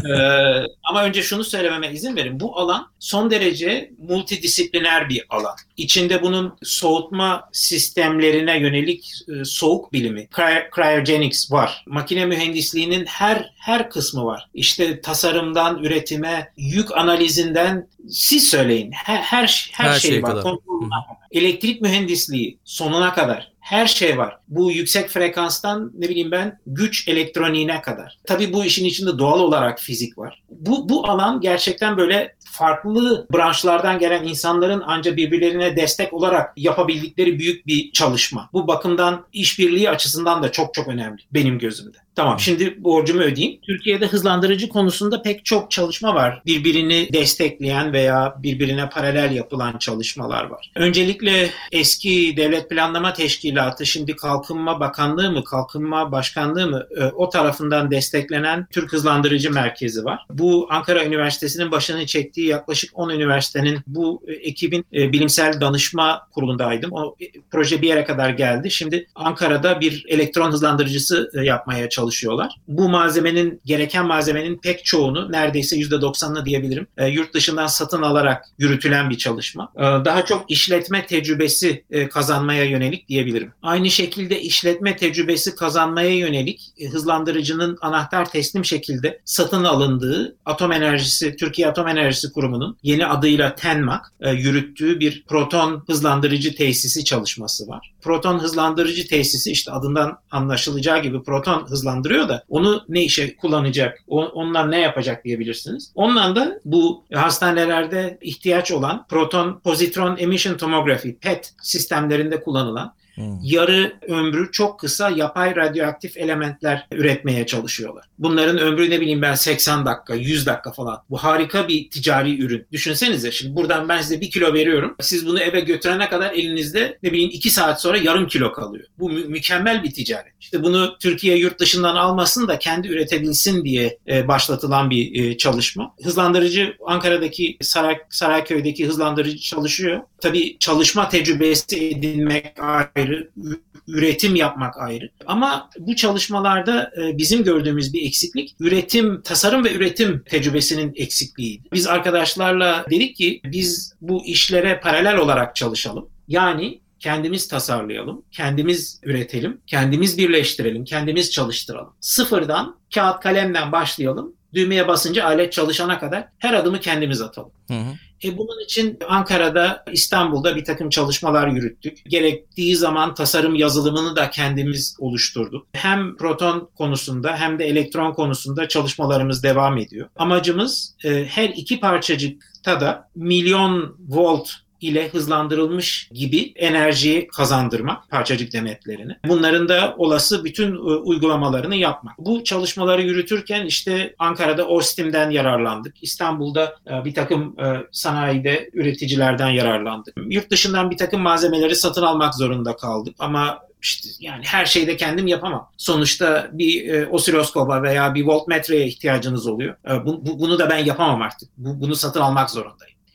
ee, ama önce şunu söylememe izin verin. Bu alan son derece multidisipliner bir alan. İçinde bunun soğutma sistemlerine yönelik e, soğuk bilimi, cryogenics var. Makine mühendisliğinin her her kısmı var. İşte tasarımdan üretime, yük analizinden siz söyleyin. Her her, her, her şey, şey var. Elektrik mühendisliği sonuna kadar. Her şey var. Bu yüksek frekanstan ne bileyim ben güç elektroniğine kadar. Tabii bu işin içinde doğal olarak fizik var. Bu bu alan gerçekten böyle farklı branşlardan gelen insanların ancak birbirlerine destek olarak yapabildikleri büyük bir çalışma. Bu bakımdan işbirliği açısından da çok çok önemli benim gözümde. Tamam, şimdi borcumu ödeyeyim. Türkiye'de hızlandırıcı konusunda pek çok çalışma var. Birbirini destekleyen veya birbirine paralel yapılan çalışmalar var. Öncelikle eski Devlet Planlama Teşkilatı, şimdi Kalkınma Bakanlığı mı, Kalkınma Başkanlığı mı, o tarafından desteklenen Türk Hızlandırıcı Merkezi var. Bu Ankara Üniversitesi'nin başını çektiği yaklaşık on üniversitenin bu ekibin bilimsel danışma kurulundaydım. O proje bir yere kadar geldi. Şimdi Ankara'da bir elektron hızlandırıcısı yapmaya çalışıyorlar. çalışıyorlar. Bu malzemenin, gereken malzemenin pek çoğunu, neredeyse yüzde doksanını diyebilirim, e, yurt dışından satın alarak yürütülen bir çalışma. E, daha çok işletme tecrübesi e, kazanmaya yönelik diyebilirim. Aynı şekilde işletme tecrübesi kazanmaya yönelik e, hızlandırıcının anahtar teslim şekilde satın alındığı Atom Enerjisi, Türkiye Atom Enerjisi Kurumu'nun yeni adıyla TENMAK e, yürüttüğü bir proton hızlandırıcı tesisi çalışması var. Proton hızlandırıcı tesisi, işte adından anlaşılacağı gibi proton hızlandırıcı da onu ne işe kullanacak, ondan ne yapacak diyebilirsiniz. Ondan da bu hastanelerde ihtiyaç olan proton pozitron emission tomografi, P E T sistemlerinde kullanılan Hmm. yarı ömrü çok kısa yapay radyoaktif elementler üretmeye çalışıyorlar. Bunların ömrü ne bileyim ben seksen dakika, yüz dakika falan. Bu harika bir ticari ürün. Düşünsenize, şimdi buradan ben size bir kilo veriyorum. Siz bunu eve götürene kadar elinizde ne bileyim iki saat sonra yarım kilo kalıyor. Bu mü- mükemmel bir ticaret. İşte bunu Türkiye yurt dışından almasın da kendi üretebilsin diye e, başlatılan bir e, çalışma. Hızlandırıcı Ankara'daki Saray, Sarayköy'deki hızlandırıcı çalışıyor. Tabii çalışma tecrübesi edinmek ayrı, üretim yapmak ayrı. Ama bu çalışmalarda bizim gördüğümüz bir eksiklik, üretim, tasarım ve üretim tecrübesinin eksikliğiydi. Biz arkadaşlarla dedik ki biz bu işlere paralel olarak çalışalım. Yani kendimiz tasarlayalım, kendimiz üretelim, kendimiz birleştirelim, kendimiz çalıştıralım. Sıfırdan, kağıt kalemden başlayalım. Düğmeye basınca alet çalışana kadar her adımı kendimiz atalım. Hı hı. E bunun için Ankara'da, İstanbul'da bir takım çalışmalar yürüttük. Gerektiği zaman tasarım yazılımını da kendimiz oluşturduk. Hem proton konusunda hem de elektron konusunda çalışmalarımız devam ediyor. Amacımız e, her iki parçacıkta da milyon volt ile hızlandırılmış gibi enerjiyi kazandırmak, parçacık demetlerini. Bunların da olası bütün uygulamalarını yapmak. Bu çalışmaları yürütürken işte Ankara'da Ostim'den yararlandık. İstanbul'da bir takım sanayide üreticilerden yararlandık. Yurt dışından bir takım malzemeleri satın almak zorunda kaldık ama İşte yani her şeyi de kendim yapamam. Sonuçta bir e, osiloskopa veya bir voltmetreye ihtiyacınız oluyor. E, bu, bu, bunu da ben yapamam artık. Bu, bunu satın almak zorundayım.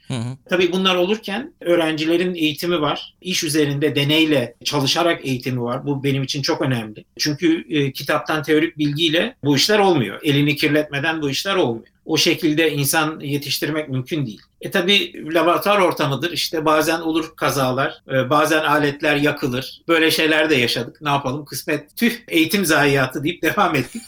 Hı hı. Tabii bunlar olurken öğrencilerin eğitimi var. İş üzerinde deneyle çalışarak eğitimi var. Bu benim için çok önemli. Çünkü e, kitaptan teorik bilgiyle bu işler olmuyor. Elini kirletmeden bu işler olmuyor. O şekilde insan yetiştirmek mümkün değil. E tabi laboratuvar ortamıdır. İşte bazen olur kazalar, bazen aletler yakılır. Böyle şeyler de yaşadık. Ne yapalım? Kısmet tüh eğitim zayiatı deyip devam ettik.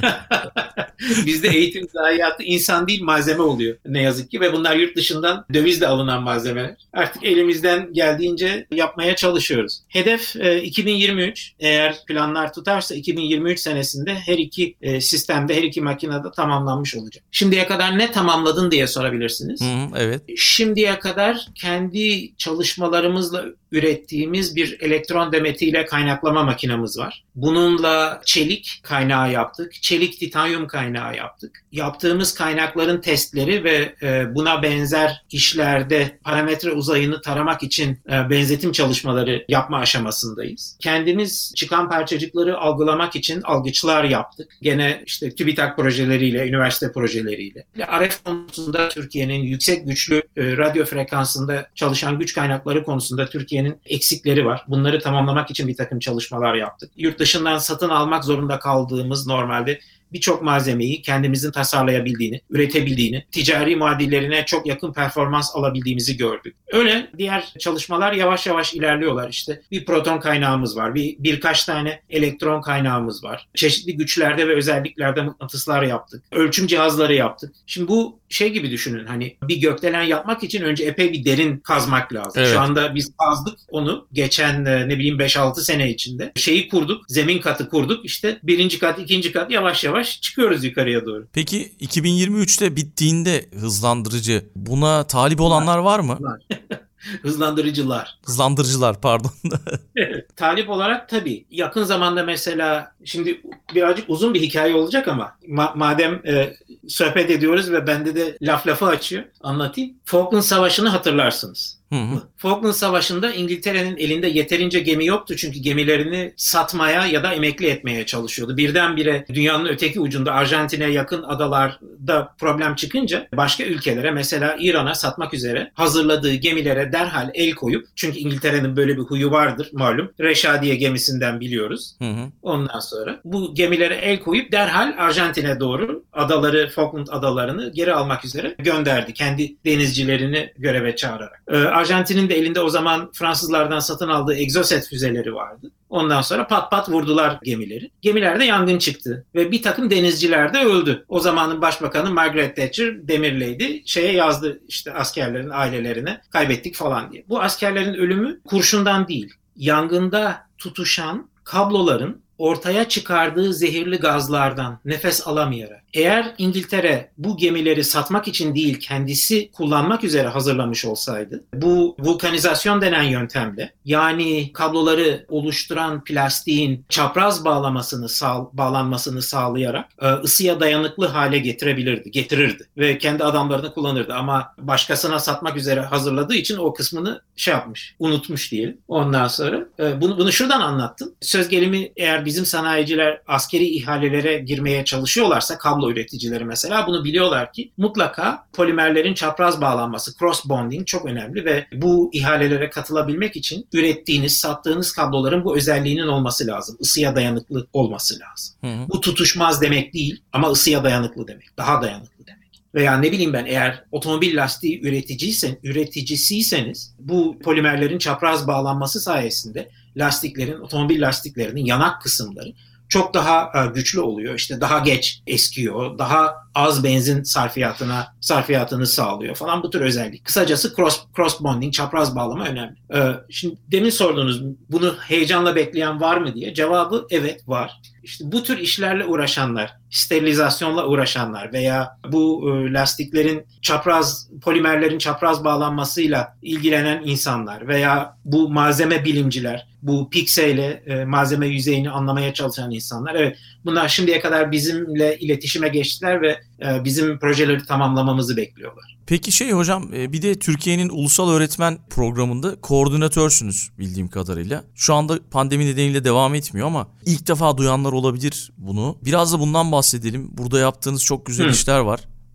Bizde eğitim zayiatı insan değil malzeme oluyor ne yazık ki ve bunlar yurt dışından dövizle alınan malzemeler. Artık elimizden geldiğince yapmaya çalışıyoruz. Hedef iki bin yirmi üç. Eğer planlar tutarsa iki bin yirmi üç senesinde her iki sistemde, her iki makinede tamamlanmış olacak. Şimdiye kadar ne tamamladın diye sorabilirsiniz. Hı, evet. Şimdiye kadar kendi çalışmalarımızla ürettiğimiz bir elektron demetiyle kaynaklama makinamız var. Bununla çelik kaynağı yaptık. Çelik titanyum kaynağı yaptık. Yaptığımız kaynakların testleri ve buna benzer işlerde parametre uzayını taramak için benzetim çalışmaları yapma aşamasındayız. Kendimiz çıkan parçacıkları algılamak için algıçlar yaptık. Gene işte TÜBİTAK projeleriyle, üniversite projeleriyle. R F konusunda Türkiye'nin yüksek güçlü radyo frekansında çalışan güç kaynakları konusunda Türkiye'nin eksikleri var. Bunları tamamlamak için bir takım çalışmalar yaptık. Yurt dışından satın almak zorunda kaldığımız normalde birçok malzemeyi kendimizin tasarlayabildiğini, üretebildiğini, ticari muadillerine çok yakın performans alabildiğimizi gördük. Öyle diğer çalışmalar yavaş yavaş ilerliyorlar. İşte bir proton kaynağımız var, bir birkaç tane elektron kaynağımız var. Çeşitli güçlerde ve özelliklerde mıknatıslar yaptık. Ölçüm cihazları yaptık. Şimdi bu şey gibi düşünün, hani bir gökdelen yapmak için önce epey bir derin kazmak lazım. Evet. Şu anda biz kazdık onu geçen ne bileyim beş altı sene içinde. Şeyi kurduk, zemin katı kurduk. İşte birinci kat, ikinci kat yavaş yavaş çıkıyoruz yukarıya doğru. Peki iki bin yirmi üçte bittiğinde hızlandırıcı buna talip olanlar var mı? Var. Hızlandırıcılar. Hızlandırıcılar pardon. Evet, talip olarak tabii. Yakın zamanda mesela şimdi birazcık uzun bir hikaye olacak ama ma- madem e, sohbet ediyoruz ve bende de laf lafı açıyor anlatayım. Falkland Savaşı'nı hatırlarsınız. Hı hı. Falkland Savaşı'nda İngiltere'nin elinde yeterince gemi yoktu çünkü gemilerini satmaya ya da emekli etmeye çalışıyordu. Birdenbire dünyanın öteki ucunda Arjantin'e yakın adalarda problem çıkınca başka ülkelere mesela İran'a satmak üzere hazırladığı gemilere derhal el koyup, çünkü İngiltere'nin böyle bir huyu vardır malum. Reşadiye gemisinden biliyoruz. Hı hı. Ondan sonra bu gemilere el koyup derhal Arjantin'e doğru adaları, Falkland adalarını geri almak üzere gönderdi. Kendi denizcilerini göreve çağırarak. Ee, Arjantin'in de elinde o zaman Fransızlardan satın aldığı Exocet füzeleri vardı. Ondan sonra pat pat vurdular gemileri. Gemilerde yangın çıktı ve bir takım denizciler de öldü. O zamanın başbakanı Margaret Thatcher demirleydi. Şeye yazdı işte askerlerin ailelerine, kaybettik falan diye. Bu askerlerin ölümü kurşundan değil, yangında tutuşan kabloların ortaya çıkardığı zehirli gazlardan nefes alamayarak. Eğer İngiltere bu gemileri satmak için değil kendisi kullanmak üzere hazırlamış olsaydı, bu vulkanizasyon denen yöntemle, yani kabloları oluşturan plastiğin çapraz bağlamasını sağ, bağlanmasını sağlayarak ısıya dayanıklı hale getirebilirdi, getirirdi ve kendi adamlarını kullanırdı ama başkasına satmak üzere hazırladığı için o kısmını şey yapmış, unutmuş diyelim. Ondan sonra bunu, bunu şuradan anlattım. Söz gelimi eğer bizim sanayiciler askeri ihalelere girmeye çalışıyorlarsa, kablo üreticileri mesela bunu biliyorlar ki mutlaka polimerlerin çapraz bağlanması, cross bonding çok önemli ve bu ihalelere katılabilmek için ürettiğiniz, sattığınız kabloların bu özelliğinin olması lazım. Isıya dayanıklı olması lazım. Hı hı. Bu tutuşmaz demek değil ama ısıya dayanıklı demek. Daha dayanıklı demek. Veya ne bileyim ben, eğer otomobil lastiği üreticiysen, üreticisiyseniz bu polimerlerin çapraz bağlanması sayesinde lastiklerin, otomobil lastiklerinin yanak kısımları çok daha güçlü oluyor. İşte daha geç eskiyor, daha az benzin sarfiyatına sarfiyatını sağlıyor falan, bu tür özellik. Kısacası cross cross bonding, çapraz bağlama önemli. Ee, şimdi demin sordunuz bunu heyecanla bekleyen var mı diye. Cevabı evet var. İşte bu tür işlerle uğraşanlar, sterilizasyonla uğraşanlar veya bu e, lastiklerin çapraz, polimerlerin çapraz bağlanmasıyla ilgilenen insanlar veya bu malzeme bilimciler, bu pikseyle e, malzeme yüzeyini anlamaya çalışan insanlar, evet, bunlar şimdiye kadar bizimle iletişime geçtiler ve e, bizim projeleri tamamlamamızı bekliyorlar. Peki şey hocam, bir de Türkiye'nin ulusal öğretmen programında koordinatörsünüz bildiğim kadarıyla. Şu anda pandemi nedeniyle devam etmiyor ama ilk defa duyanlar olabilir bunu. Biraz da bundan bahsedelim. Burada yaptığınız çok güzel Hı. işler var.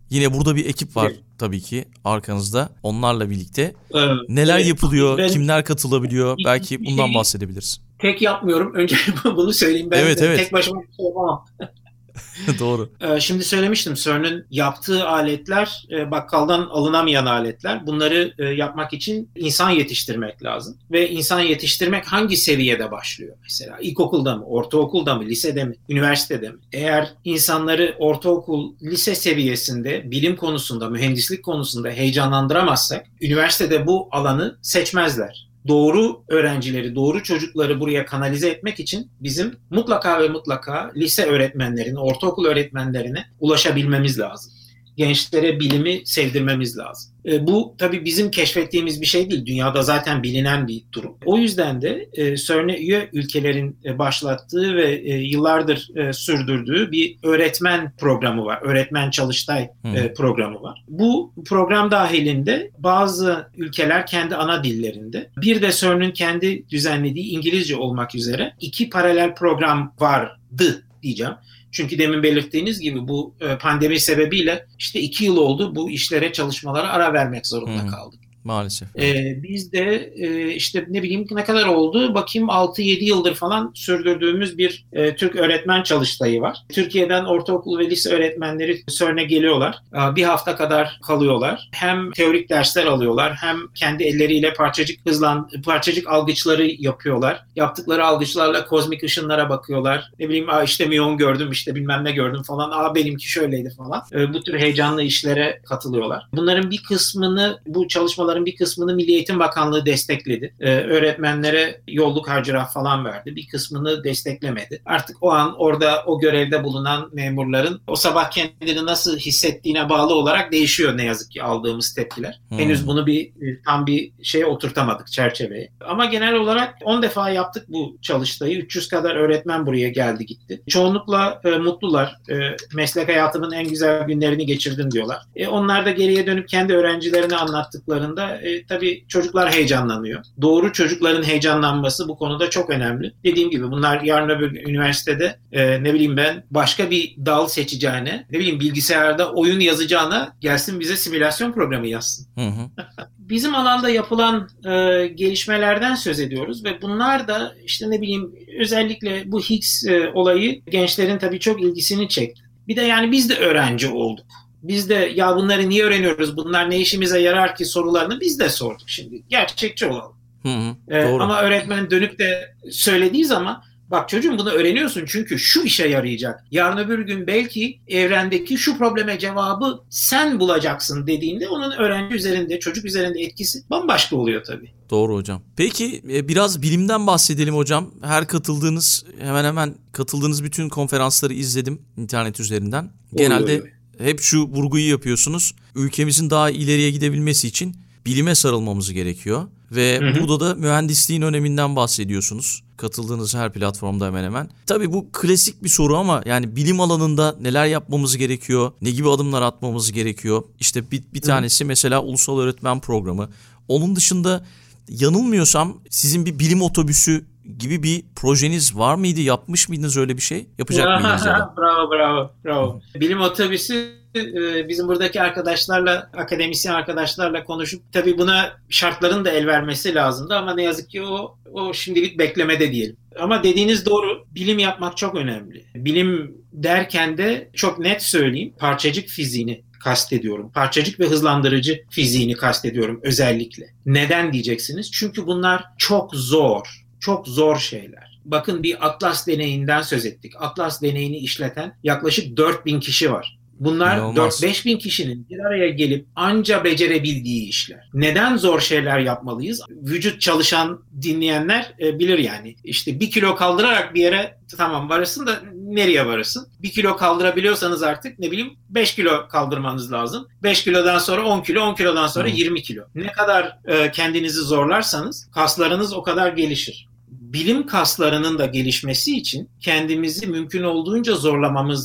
Yine burada bir ekip var Evet. tabii ki arkanızda. Onlarla birlikte Ee, neler evet, yapılıyor, ben kimler katılabiliyor? bir, Belki bir bundan şeyi bahsedebiliriz. tek yapmıyorum. Önce bunu söyleyeyim. Ben Evet, de evet. tek başıma bir şey yapamam. Doğru. Ee, Şimdi söylemiştim, C E R N'ün yaptığı aletler e, bakkaldan alınamayan aletler. Bunları e, yapmak için insan yetiştirmek lazım. Ve insan yetiştirmek hangi seviyede başlıyor mesela? İlkokulda mı, ortaokulda mı, lisede mi, üniversitede mi? Eğer insanları ortaokul, lise seviyesinde bilim konusunda, mühendislik konusunda heyecanlandıramazsak, üniversitede bu alanı seçmezler. Doğru öğrencileri, doğru çocukları buraya kanalize etmek için bizim mutlaka ve mutlaka lise öğretmenlerine, ortaokul öğretmenlerine ulaşabilmemiz lazım. Gençlere bilimi sevdirmemiz lazım. E, bu tabii bizim keşfettiğimiz bir şey değil. Dünyada zaten bilinen bir durum. O yüzden de e, C E R N'e üye ülkelerin e, başlattığı ve e, yıllardır e, sürdürdüğü bir öğretmen programı var. Öğretmen Çalıştay e, programı var. Bu program dahilinde bazı ülkeler kendi ana dillerinde, bir de C E R N'ün kendi düzenlediği İngilizce olmak üzere iki paralel program vardı diyeceğim. Çünkü demin belirttiğiniz gibi bu pandemi sebebiyle işte iki yıl oldu bu işlere, çalışmalara ara vermek zorunda Hı-hı. kaldık. Maalesef. Ee, biz de e, işte ne bileyim ne kadar oldu, bakayım altı yedi yıldır falan sürdürdüğümüz bir e, Türk öğretmen çalıştayı var. Türkiye'den ortaokul ve lise öğretmenleri C E R N'e geliyorlar. Bir hafta kadar kalıyorlar. Hem teorik dersler alıyorlar, hem kendi elleriyle parçacık hızlan parçacık algıçları yapıyorlar. Yaptıkları algıçlarla kozmik ışınlara bakıyorlar. Ne bileyim Aa, işte miyon gördüm, işte bilmem ne gördüm falan. Aa benimki şöyleydi falan. E, bu tür heyecanlı işlere katılıyorlar. Bunların bir kısmını, bu çalışmaların bir kısmını Milli Eğitim Bakanlığı destekledi. Ee, öğretmenlere yolluk harcırah falan verdi. Bir kısmını desteklemedi. Artık o an orada o görevde bulunan memurların o sabah kendini nasıl hissettiğine bağlı olarak değişiyor ne yazık ki aldığımız tepkiler. Hmm. Henüz bunu bir tam bir şeye oturtamadık, çerçeveye. Ama genel olarak on defa yaptık bu çalıştayı. üç yüz kadar öğretmen buraya geldi gitti. Çoğunlukla e, mutlular. E, meslek hayatımın en güzel günlerini geçirdim diyorlar. E, onlar da geriye dönüp kendi öğrencilerine anlattıklarında E, tabii çocuklar heyecanlanıyor. Doğru çocukların heyecanlanması bu konuda çok önemli. Dediğim gibi bunlar yarın öbür gün üniversitede e, ne bileyim ben başka bir dal seçeceğine, ne bileyim bilgisayarda oyun yazacağına gelsin bize simülasyon programı yazsın. Hı hı. Bizim alanda yapılan e, gelişmelerden söz ediyoruz ve bunlar da işte ne bileyim özellikle bu Higgs e, olayı gençlerin tabii çok ilgisini çekti. Bir de yani biz de öğrenci olduk. Biz de ya bunları niye öğreniyoruz, bunlar ne işimize yarar ki sorularını biz de sorduk şimdi. Gerçekçi olalım. Hı hı, ee, ama öğretmen dönüp de söylediği zaman bak çocuğum bunu öğreniyorsun çünkü şu işe yarayacak. Yarın öbür gün belki evrendeki şu probleme cevabı sen bulacaksın dediğinde onun öğrenci üzerinde, çocuk üzerinde etkisi bambaşka oluyor tabii. Doğru hocam. Peki biraz bilimden bahsedelim hocam. Her katıldığınız, hemen hemen katıldığınız bütün konferansları izledim internet üzerinden. Genelde oluyor, oluyor. Hep şu vurguyu yapıyorsunuz. Ülkemizin daha ileriye gidebilmesi için bilime sarılmamız gerekiyor. Ve hı hı. burada da mühendisliğin öneminden bahsediyorsunuz. Katıldığınız her platformda hemen hemen. Tabii bu klasik bir soru ama yani bilim alanında neler yapmamız gerekiyor? Ne gibi adımlar atmamız gerekiyor? İşte bir, bir tanesi hı. mesela Ulusal Öğretmen Programı. Onun dışında yanılmıyorsam sizin bir bilim otobüsü gibi bir projeniz var mıydı? Yapmış mıydınız öyle bir şey? Yapacak mıydınız ya da? Bravo, bravo, bravo. Bilim otobüsü bizim buradaki arkadaşlarla, akademisyen arkadaşlarla konuşup tabii buna şartların da el vermesi lazımdı ama ne yazık ki o o şimdilik beklemede diyelim. Ama dediğiniz doğru. Bilim yapmak çok önemli. Bilim derken de çok net söyleyeyim. Parçacık fiziğini kastediyorum. Parçacık ve hızlandırıcı fiziğini kastediyorum özellikle. Neden diyeceksiniz? Çünkü bunlar çok zor. Çok zor şeyler. Bakın bir Atlas deneyinden söz ettik. Atlas deneyini işleten yaklaşık dört bin kişi var. Bunlar dört beş bin kişinin bir araya gelip anca becerebildiği işler. Neden zor şeyler yapmalıyız? Vücut çalışan dinleyenler e, bilir yani. İşte bir kilo kaldırarak bir yere tamam varırsın da nereye varırsın? Bir kilo kaldırabiliyorsanız artık ne bileyim beş kilo kaldırmanız lazım. beş kilodan sonra on kilo, on kilodan sonra hmm. yirmi kilo. Ne kadar e, kendinizi zorlarsanız kaslarınız o kadar gelişir. Bilim kaslarının da gelişmesi için kendimizi mümkün olduğunca zorlamamız lazım.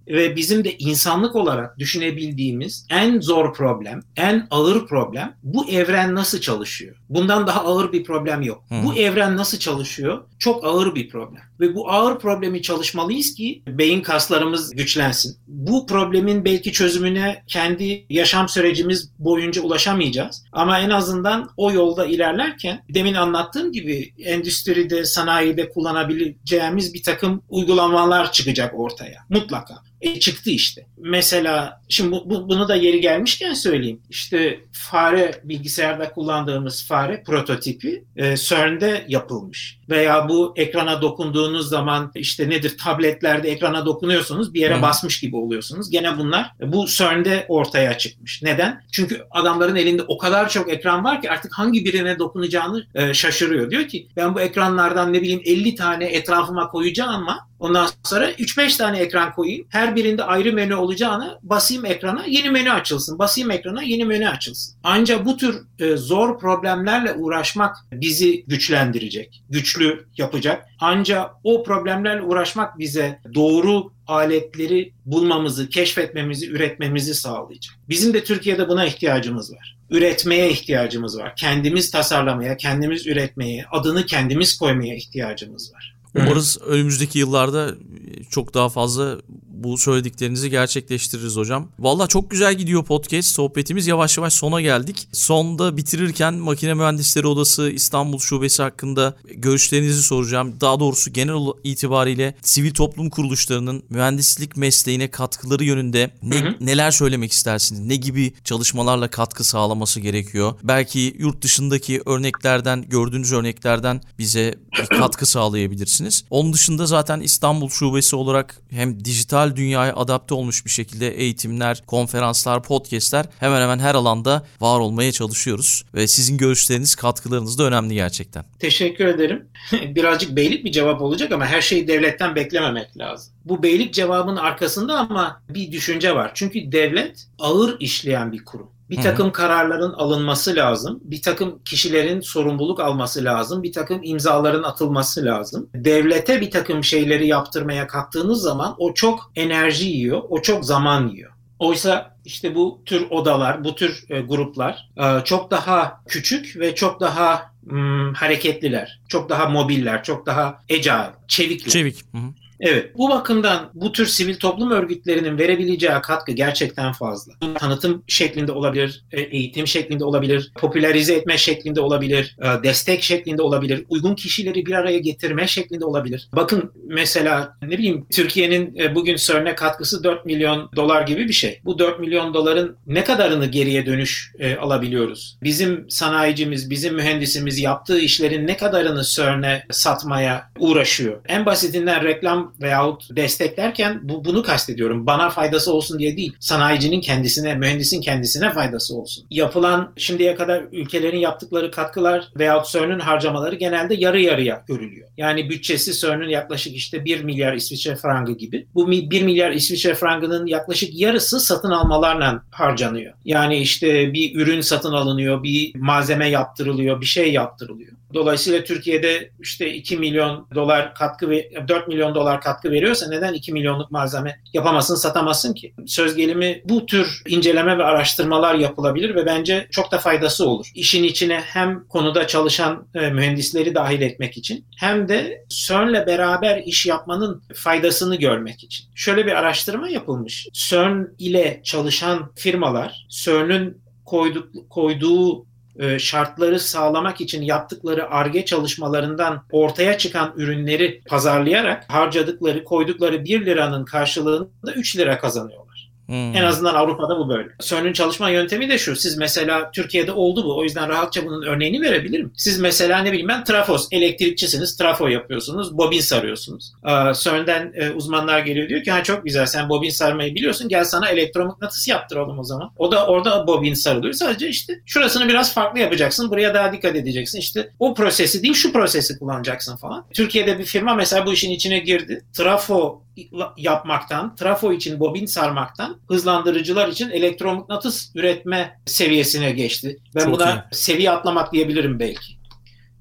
ve bizim de insanlık olarak düşünebildiğimiz en zor problem, en ağır problem bu evren nasıl çalışıyor? Bundan daha ağır bir problem yok. Hmm. Bu evren nasıl çalışıyor? Çok ağır bir problem. Ve bu ağır problemi çalışmalıyız ki beyin kaslarımız güçlensin. Bu problemin belki çözümüne kendi yaşam sürecimiz boyunca ulaşamayacağız. Ama en azından o yolda ilerlerken demin anlattığım gibi endüstride, sanayide kullanabileceğimiz bir takım uygulamalar çıkacak ortaya. Mutlaka. E çıktı işte. Mesela şimdi bu, bu, bunu da yeri gelmişken söyleyeyim. İşte fare, bilgisayarda kullandığımız fare prototipi e, CERN'de yapılmış. Veya bu ekrana dokunduğunuz zaman işte nedir, tabletlerde ekrana dokunuyorsunuz, bir yere hmm. basmış gibi oluyorsunuz. Gene bunlar bu CERN'de ortaya çıkmış. Neden? Çünkü adamların elinde o kadar çok ekran var ki artık hangi birine dokunacağını e, şaşırıyor. Diyor ki ben bu ekranlardan ne bileyim elli tane etrafıma koyacağım ama ondan sonra üç beş tane ekran koyayım. Her birinde ayrı menü olacağına basayım ekrana, yeni menü açılsın. Basayım ekrana, yeni menü açılsın. Ancak bu tür e, zor problemlerle uğraşmak bizi güçlendirecek, güçlü yapacak. Ancak o problemlerle uğraşmak bize doğru aletleri bulmamızı, keşfetmemizi, üretmemizi sağlayacak. Bizim de Türkiye'de buna ihtiyacımız var. Üretmeye ihtiyacımız var. Kendimiz tasarlamaya, kendimiz üretmeye, adını kendimiz koymaya ihtiyacımız var. Umarız önümüzdeki yıllarda çok daha fazla bu söylediklerinizi gerçekleştiririz hocam. Vallahi çok güzel gidiyor podcast sohbetimiz. Yavaş yavaş sona geldik. Sonda bitirirken Makine Mühendisleri Odası İstanbul Şubesi hakkında görüşlerinizi soracağım. Daha doğrusu genel itibariyle sivil toplum kuruluşlarının mühendislik mesleğine katkıları yönünde ne, hı hı. neler söylemek istersiniz? Ne gibi çalışmalarla katkı sağlaması gerekiyor? Belki yurt dışındaki örneklerden, gördüğünüz örneklerden bize bir katkı sağlayabilirsiniz. Onun dışında zaten İstanbul Şubesi olarak hem dijital dünyaya adapte olmuş bir şekilde eğitimler, konferanslar, podcastler hemen hemen her alanda var olmaya çalışıyoruz. Ve sizin görüşleriniz, katkılarınız da önemli gerçekten. Teşekkür ederim. Birazcık beylik bir cevap olacak ama her şeyi devletten beklememek lazım. Bu beylik cevabının arkasında ama bir düşünce var. Çünkü devlet ağır işleyen bir kurum. Bir takım Hı-hı. kararların alınması lazım. Bir takım kişilerin sorumluluk alması lazım. Bir takım imzaların atılması lazım. Devlete bir takım şeyleri yaptırmaya kalktığınız zaman o çok enerji yiyor, o çok zaman yiyor. Oysa işte bu tür odalar, bu tür e, gruplar e, çok daha küçük ve çok daha mm, hareketliler. Çok daha mobiller, çok daha agile, çevikler. Çevik. Hı-hı. Evet, bu bakımdan bu tür sivil toplum örgütlerinin verebileceği katkı gerçekten fazla. Tanıtım şeklinde olabilir, eğitim şeklinde olabilir, popülerize etme şeklinde olabilir, destek şeklinde olabilir, uygun kişileri bir araya getirme şeklinde olabilir. Bakın mesela ne bileyim Türkiye'nin bugün CERN'e katkısı dört milyon dolar gibi bir şey. Bu dört milyon doların ne kadarını geriye dönüş e, alabiliyoruz? Bizim sanayicimiz, bizim mühendisimiz yaptığı işlerin ne kadarını CERN'e satmaya uğraşıyor? En basitinden reklam veyahut desteklerken bu, bunu kastediyorum. Bana faydası olsun diye değil. Sanayicinin kendisine, mühendisin kendisine faydası olsun. Yapılan şimdiye kadar ülkelerin yaptıkları katkılar veyahut CERN'ün harcamaları genelde yarı yarıya görülüyor. Yani bütçesi CERN'ün yaklaşık işte bir milyar İsviçre frangı gibi. Bu bir milyar İsviçre frangının yaklaşık yarısı satın almalarla harcanıyor. Yani işte bir ürün satın alınıyor, bir malzeme yaptırılıyor, bir şey yaptırılıyor. Dolayısıyla Türkiye'de işte iki milyon dolar katkı ve dört milyon dolar katkı veriyorsa neden iki milyonluk malzeme yapamazsın, satamazsın ki? Söz gelimi bu tür inceleme ve araştırmalar yapılabilir ve bence çok da faydası olur. İşin içine hem konuda çalışan e, mühendisleri dahil etmek için hem de CERN'le beraber iş yapmanın faydasını görmek için. Şöyle bir araştırma yapılmış. CERN ile çalışan firmalar CERN'ün koydu, koyduğu şartları sağlamak için yaptıkları Ar-Ge çalışmalarından ortaya çıkan ürünleri pazarlayarak harcadıkları, koydukları bir liranın karşılığında üç lira kazanıyorlar. Hmm. En azından Avrupa'da bu böyle. CERN'ün çalışma yöntemi de şu. Siz mesela Türkiye'de oldu bu. O yüzden rahatça bunun örneğini verebilirim. Siz mesela ne bileyim ben trafos, elektrikçisiniz. Trafo yapıyorsunuz. Bobin sarıyorsunuz. Ee, CERN'den e, uzmanlar geliyor diyor ki ha çok güzel sen bobin sarmayı biliyorsun. Gel sana elektromıknatıs yaptıralım o zaman. O da orada bobin sarılıyor. Sadece işte şurasını biraz farklı yapacaksın. Buraya daha dikkat edeceksin. İşte o prosesi değil şu prosesi kullanacaksın falan. Türkiye'de bir firma mesela bu işin içine girdi. Trafo yapmaktan, trafo için bobin sarmaktan hızlandırıcılar için elektromıknatıs üretme seviyesine geçti. Ben Çok buna iyi. seviye atlamak diyebilirim belki.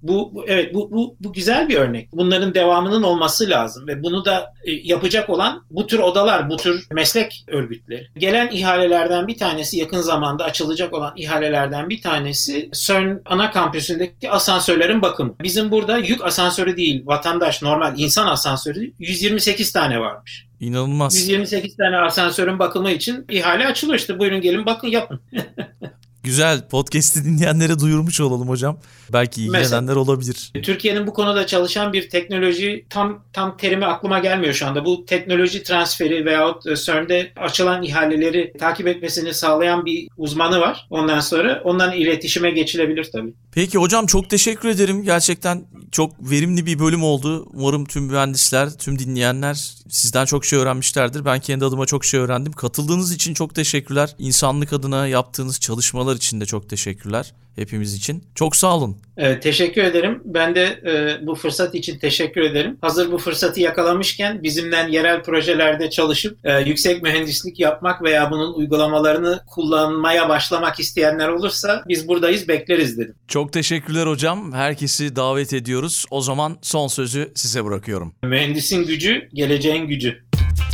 Bu, bu evet bu, bu bu güzel bir örnek. Bunların devamının olması lazım ve bunu da e, yapacak olan bu tür odalar, bu tür meslek örgütleri. Gelen ihalelerden bir tanesi, yakın zamanda açılacak olan ihalelerden bir tanesi CERN ana kampüsündeki asansörlerin bakımı. Bizim burada yük asansörü değil, vatandaş normal insan asansörü yüz yirmi sekiz tane varmış. İnanılmaz. yüz yirmi sekiz tane asansörün bakımı için ihale açılıyor işte. Buyurun gelin bakın yapın. Güzel. Podcast'i dinleyenlere duyurmuş olalım hocam. Belki ilgilenenler Mesela, olabilir. Türkiye'nin bu konuda çalışan bir teknoloji, tam tam terimi aklıma gelmiyor şu anda. Bu teknoloji transferi veyahut CERN'de açılan ihaleleri takip etmesini sağlayan bir uzmanı var. Ondan sonra ondan iletişime geçilebilir tabii. Peki hocam, çok teşekkür ederim. Gerçekten çok verimli bir bölüm oldu. Umarım tüm mühendisler, tüm dinleyenler sizden çok şey öğrenmişlerdir. Ben kendi adıma çok şey öğrendim. Katıldığınız için çok teşekkürler. İnsanlık adına yaptığınız çalışmalar için de çok teşekkürler. Hepimiz için. Çok sağ olun. Evet, teşekkür ederim. Ben de e, bu fırsat için teşekkür ederim. Hazır bu fırsatı yakalamışken bizimle yerel projelerde çalışıp e, yüksek mühendislik yapmak veya bunun uygulamalarını kullanmaya başlamak isteyenler olursa biz buradayız, bekleriz dedim. Çok teşekkürler hocam. Herkesi davet ediyoruz. O zaman son sözü size bırakıyorum. Mühendisin gücü, geleceğin gücü.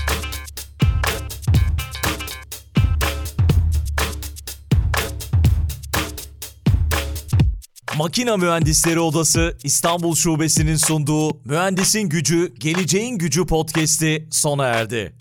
Makina Mühendisleri Odası İstanbul Şubesi'nin sunduğu Mühendisin Gücü, Geleceğin Gücü podcast'i sona erdi.